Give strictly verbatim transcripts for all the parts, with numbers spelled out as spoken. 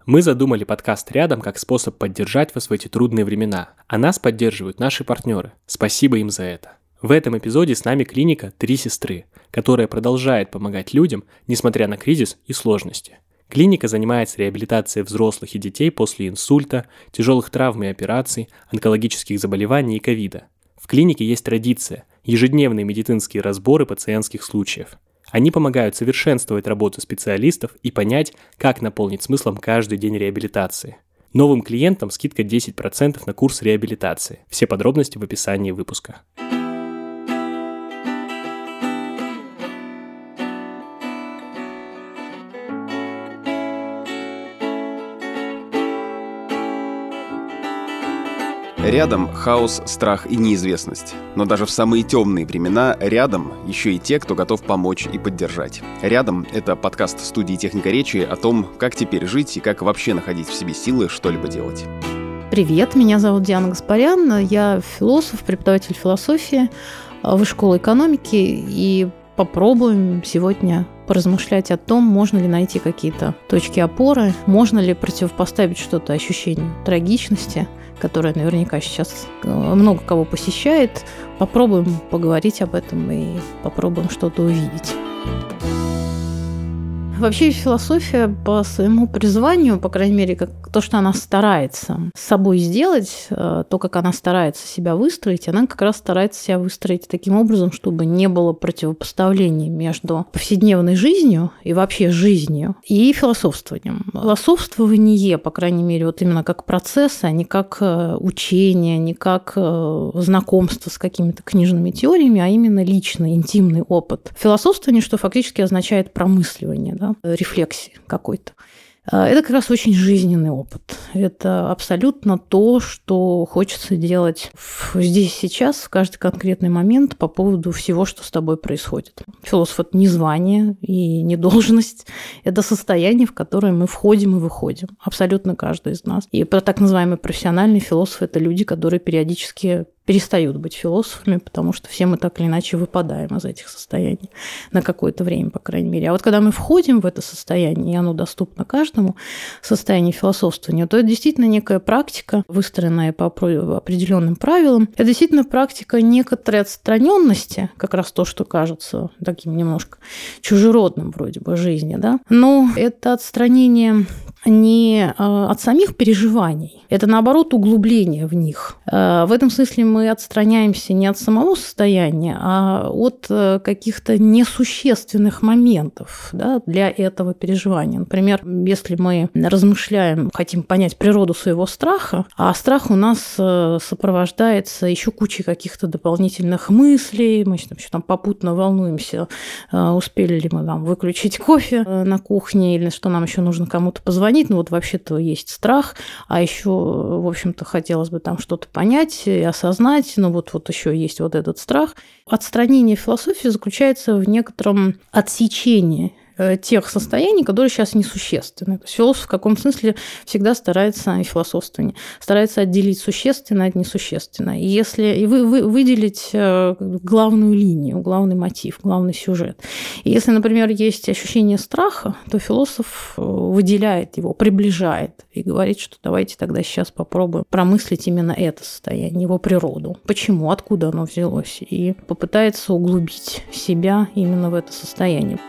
Мы задумали подкаст «Рядом» как способ поддержать вас в эти трудные времена, а нас поддерживают наши партнеры. Спасибо им за это. В этом эпизоде с нами клиника «Три сестры», которая продолжает помогать людям, несмотря на кризис и сложности. Клиника занимается реабилитацией взрослых и детей после инсульта, тяжелых травм и операций, онкологических заболеваний и ковида. В клинике есть традиция – ежедневные медицинские разборы пациентских случаев. Они помогают совершенствовать работу специалистов и понять, как наполнить смыслом каждый день реабилитации. Новым клиентам скидка десять процентов на курс реабилитации. Все подробности в описании выпуска. Рядом хаос, страх и неизвестность. Но даже в самые темные времена рядом еще и те, кто готов помочь и поддержать. «Рядом» — это подкаст студии «Техника речи» о том, как теперь жить и как вообще находить в себе силы что-либо делать. Привет, меня зовут Диана Гаспарян, я философ, преподаватель философии Высшей школы экономики, и попробуем сегодня поразмышлять о том, можно ли найти какие-то точки опоры, можно ли противопоставить что-то ощущению трагичности, которое наверняка сейчас много кого посещает. Попробуем поговорить об этом и попробуем что-то увидеть. Вообще философия по своему призванию, по крайней мере, как то, что она старается с собой сделать, то, как она старается себя выстроить, она как раз старается себя выстроить таким образом, чтобы не было противопоставления между повседневной жизнью и вообще жизнью и философствованием. Философствование, по крайней мере, вот именно как процесс, а не как учение, не как знакомство с какими-то книжными теориями, а именно личный, интимный опыт. Философствование, что фактически означает промысливание, да? Рефлексии какой-то. Это как раз очень жизненный опыт. Это абсолютно то, что хочется делать здесь сейчас, в каждый конкретный момент по поводу всего, что с тобой происходит. Философ – это не звание и не должность. Это состояние, в которое мы входим и выходим. Абсолютно каждый из нас. И так называемые профессиональные философы – это люди, которые периодически перестают быть философами, потому что все мы так или иначе выпадаем из этих состояний на какое-то время, по крайней мере. А вот когда мы входим в это состояние, и оно доступно каждому, состояние философствования, то это действительно некая практика, выстроенная по определенным правилам. Это действительно практика некоторой отстраненности, как раз то, что кажется таким немножко чужеродным вроде бы жизни, да. Но это отстранение не от самих переживаний, это, наоборот, углубление в них. В этом смысле мы отстраняемся не от самого состояния, а от каких-то несущественных моментов, да, для этого переживания. Например, если мы размышляем, хотим понять природу своего страха, а страх у нас сопровождается еще кучей каких-то дополнительных мыслей, мы еще там попутно волнуемся, успели ли мы там выключить кофе на кухне, или что нам еще нужно кому-то позвонить. Ну вот вообще-то есть страх, а еще, в общем-то, хотелось бы там что-то понять и осознать, но вот, вот еще есть вот этот страх. Отстранение философии заключается в некотором отсечении тех состояний, которые сейчас несущественны. То есть философ в каком смысле всегда старается, и философствование, старается отделить существенное от несущественного. И если и вы, вы, выделить главную линию, главный мотив, главный сюжет. И если, например, есть ощущение страха, то философ выделяет его, приближает и говорит, что давайте тогда сейчас попробуем промыслить именно это состояние, его природу. Почему, откуда оно взялось? И попытается углубить себя именно в это состояние.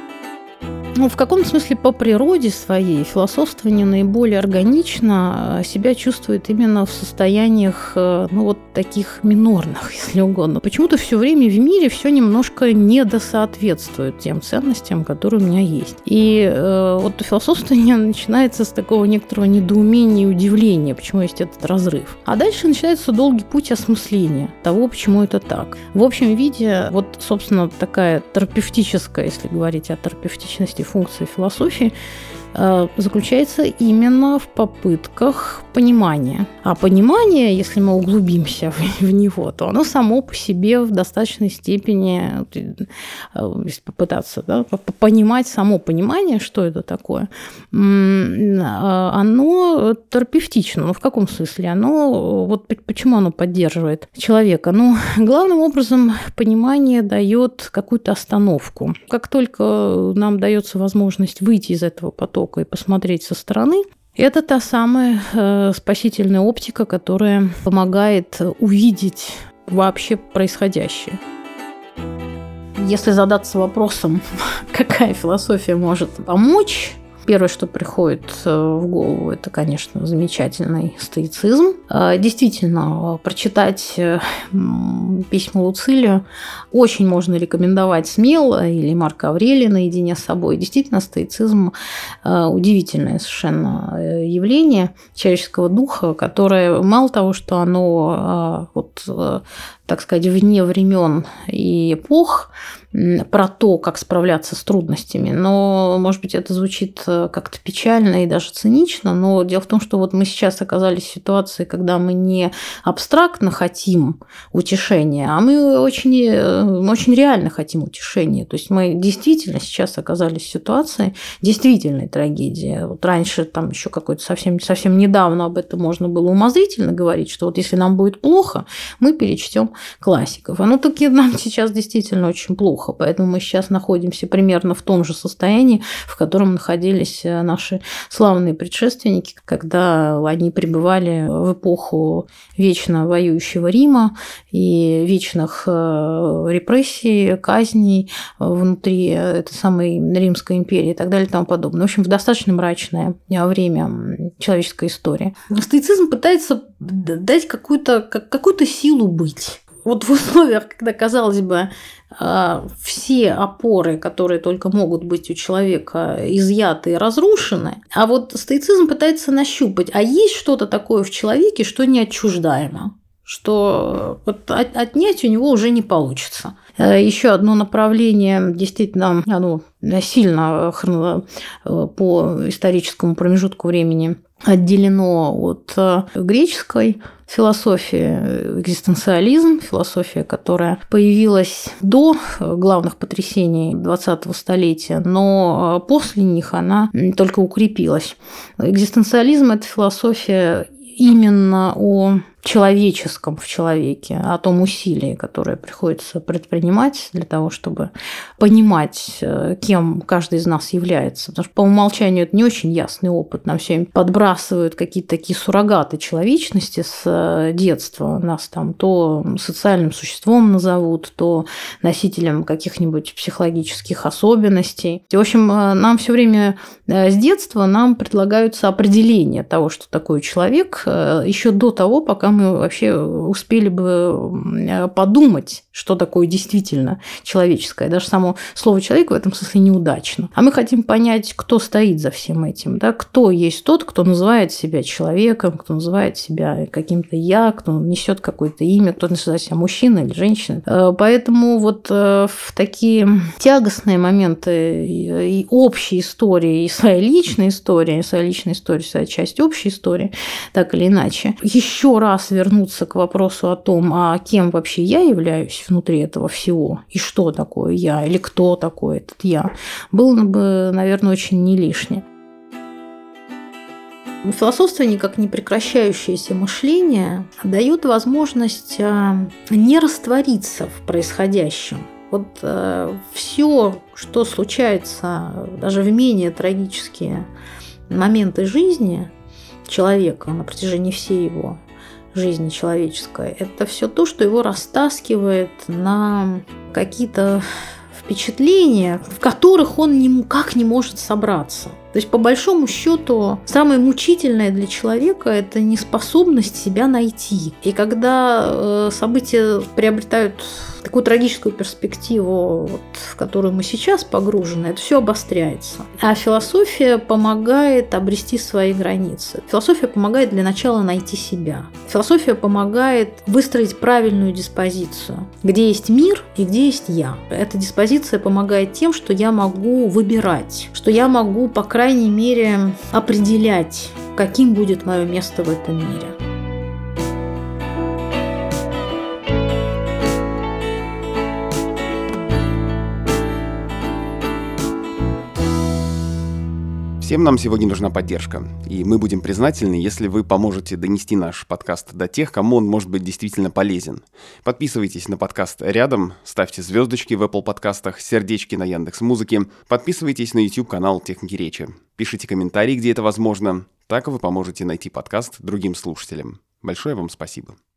Ну, в каком-то смысле по природе своей философствование наиболее органично себя чувствует именно в состояниях, ну, вот таких минорных, если угодно. Почему-то все время в мире все немножко недосоответствует тем ценностям, которые у меня есть. И э, вот философствование начинается с такого некоторого недоумения и удивления, почему есть этот разрыв. А дальше начинается долгий путь осмысления того, почему это так. В общем виде, вот, собственно, такая терапевтическая, если говорить о терапевтичности функции философии, заключается именно в попытках понимания. А понимание, если мы углубимся в, в него, то оно само по себе в достаточной степени, если попытаться, да, понимать само понимание, что это такое, оно терапевтично. Ну, в каком смысле? Оно, вот почему оно поддерживает человека? Ну, главным образом, понимание дает какую-то остановку. Как только нам дается возможность выйти из этого потока и посмотреть со стороны, Это та самая э, спасительная оптика, которая помогает увидеть вообще происходящее. Если задаться вопросом, какая философия может помочь, первое, что приходит в голову, это, конечно, замечательный стоицизм. Действительно, прочитать письма Луцилию очень можно рекомендовать смело, или Марка Аврелия наедине с собой. Действительно, стоицизм – удивительное совершенно явление человеческого духа, которое мало того, что оно, вот, так сказать, вне времен и эпох, про то, как справляться с трудностями. Но, может быть, это звучит как-то печально и даже цинично, но дело в том, что вот мы сейчас оказались в ситуации, когда мы не абстрактно хотим утешения, а мы очень, очень реально хотим утешения. То есть мы действительно сейчас оказались в ситуации действительной трагедии. Вот раньше, там еще какой-то совсем, совсем недавно об этом можно было умозрительно говорить, что вот если нам будет плохо, мы перечтем классиков. А ну таки нам сейчас действительно очень плохо. Поэтому мы сейчас находимся примерно в том же состоянии, в котором находились наши славные предшественники, когда они пребывали в эпоху вечно воюющего Рима и вечных репрессий, казней внутри этой самой Римской империи и так далее и тому подобное. В общем, в достаточно мрачное время человеческой истории. Стоицизм пытается дать какую-то, какую-то силу быть. Вот в условиях, когда, казалось бы, все опоры, которые только могут быть у человека, изъяты и разрушены, а вот стоицизм пытается нащупать, а есть что-то такое в человеке, что неотчуждаемо, что вот отнять у него уже не получится. Еще одно направление, действительно, оно сильно по историческому промежутку времени отделено от греческой философии, экзистенциализм, философия, которая появилась до главных потрясений двадцатого столетия, но после них она только укрепилась. Экзистенциализм – это философия именно о человеческом в человеке, о том усилии, которое приходится предпринимать для того, чтобы понимать, кем каждый из нас является. Потому что по умолчанию это не очень ясный опыт. Нам все время подбрасывают какие-то такие суррогаты человечности с детства. Нас там то социальным существом назовут, то носителем каких-нибудь психологических особенностей. И, в общем, нам все время с детства нам предлагаются определения того, что такое человек, еще до того, пока мы вообще успели бы подумать, что такое действительно человеческое. Даже само слово «человек» в этом смысле неудачно. А мы хотим понять, кто стоит за всем этим. Да? Кто есть тот, кто называет себя человеком, кто называет себя каким-то «я», кто несет какое-то имя, кто называет себя мужчиной или женщиной. Поэтому вот в такие тягостные моменты и общей истории, и своей личной истории, и своей личной истории, своя часть общей истории, так или иначе, еще раз вернуться к вопросу о том, а кем вообще я являюсь внутри этого всего, и что такое я, или кто такой этот я, было бы, наверное, очень не лишнее. Философствование, как непрекращающееся мышление, дает возможность не раствориться в происходящем. Вот э, все, что случается даже в менее трагические моменты жизни человека на протяжении всей его жизни человеческой, это все то, что его растаскивает на какие-то впечатления, в которых он никак не может собраться. То есть, по большому счету, самое мучительное для человека – это неспособность себя найти. И когда события приобретают такую трагическую перспективу, вот, в которую мы сейчас погружены, это все обостряется. А философия помогает обрести свои границы. Философия помогает для начала найти себя. Философия помогает выстроить правильную диспозицию, где есть мир и где есть я. Эта диспозиция помогает тем, что я могу выбирать, что я могу, по крайней мере, определять, каким будет мое место в этом мире. Всем нам сегодня нужна поддержка, и мы будем признательны, если вы поможете донести наш подкаст до тех, кому он может быть действительно полезен. Подписывайтесь на подкаст «Рядом», ставьте звездочки в Apple подкастах, сердечки на Яндекс.Музыке, подписывайтесь на YouTube-канал «Техники речи», пишите комментарии, где это возможно, так вы поможете найти подкаст другим слушателям. Большое вам спасибо.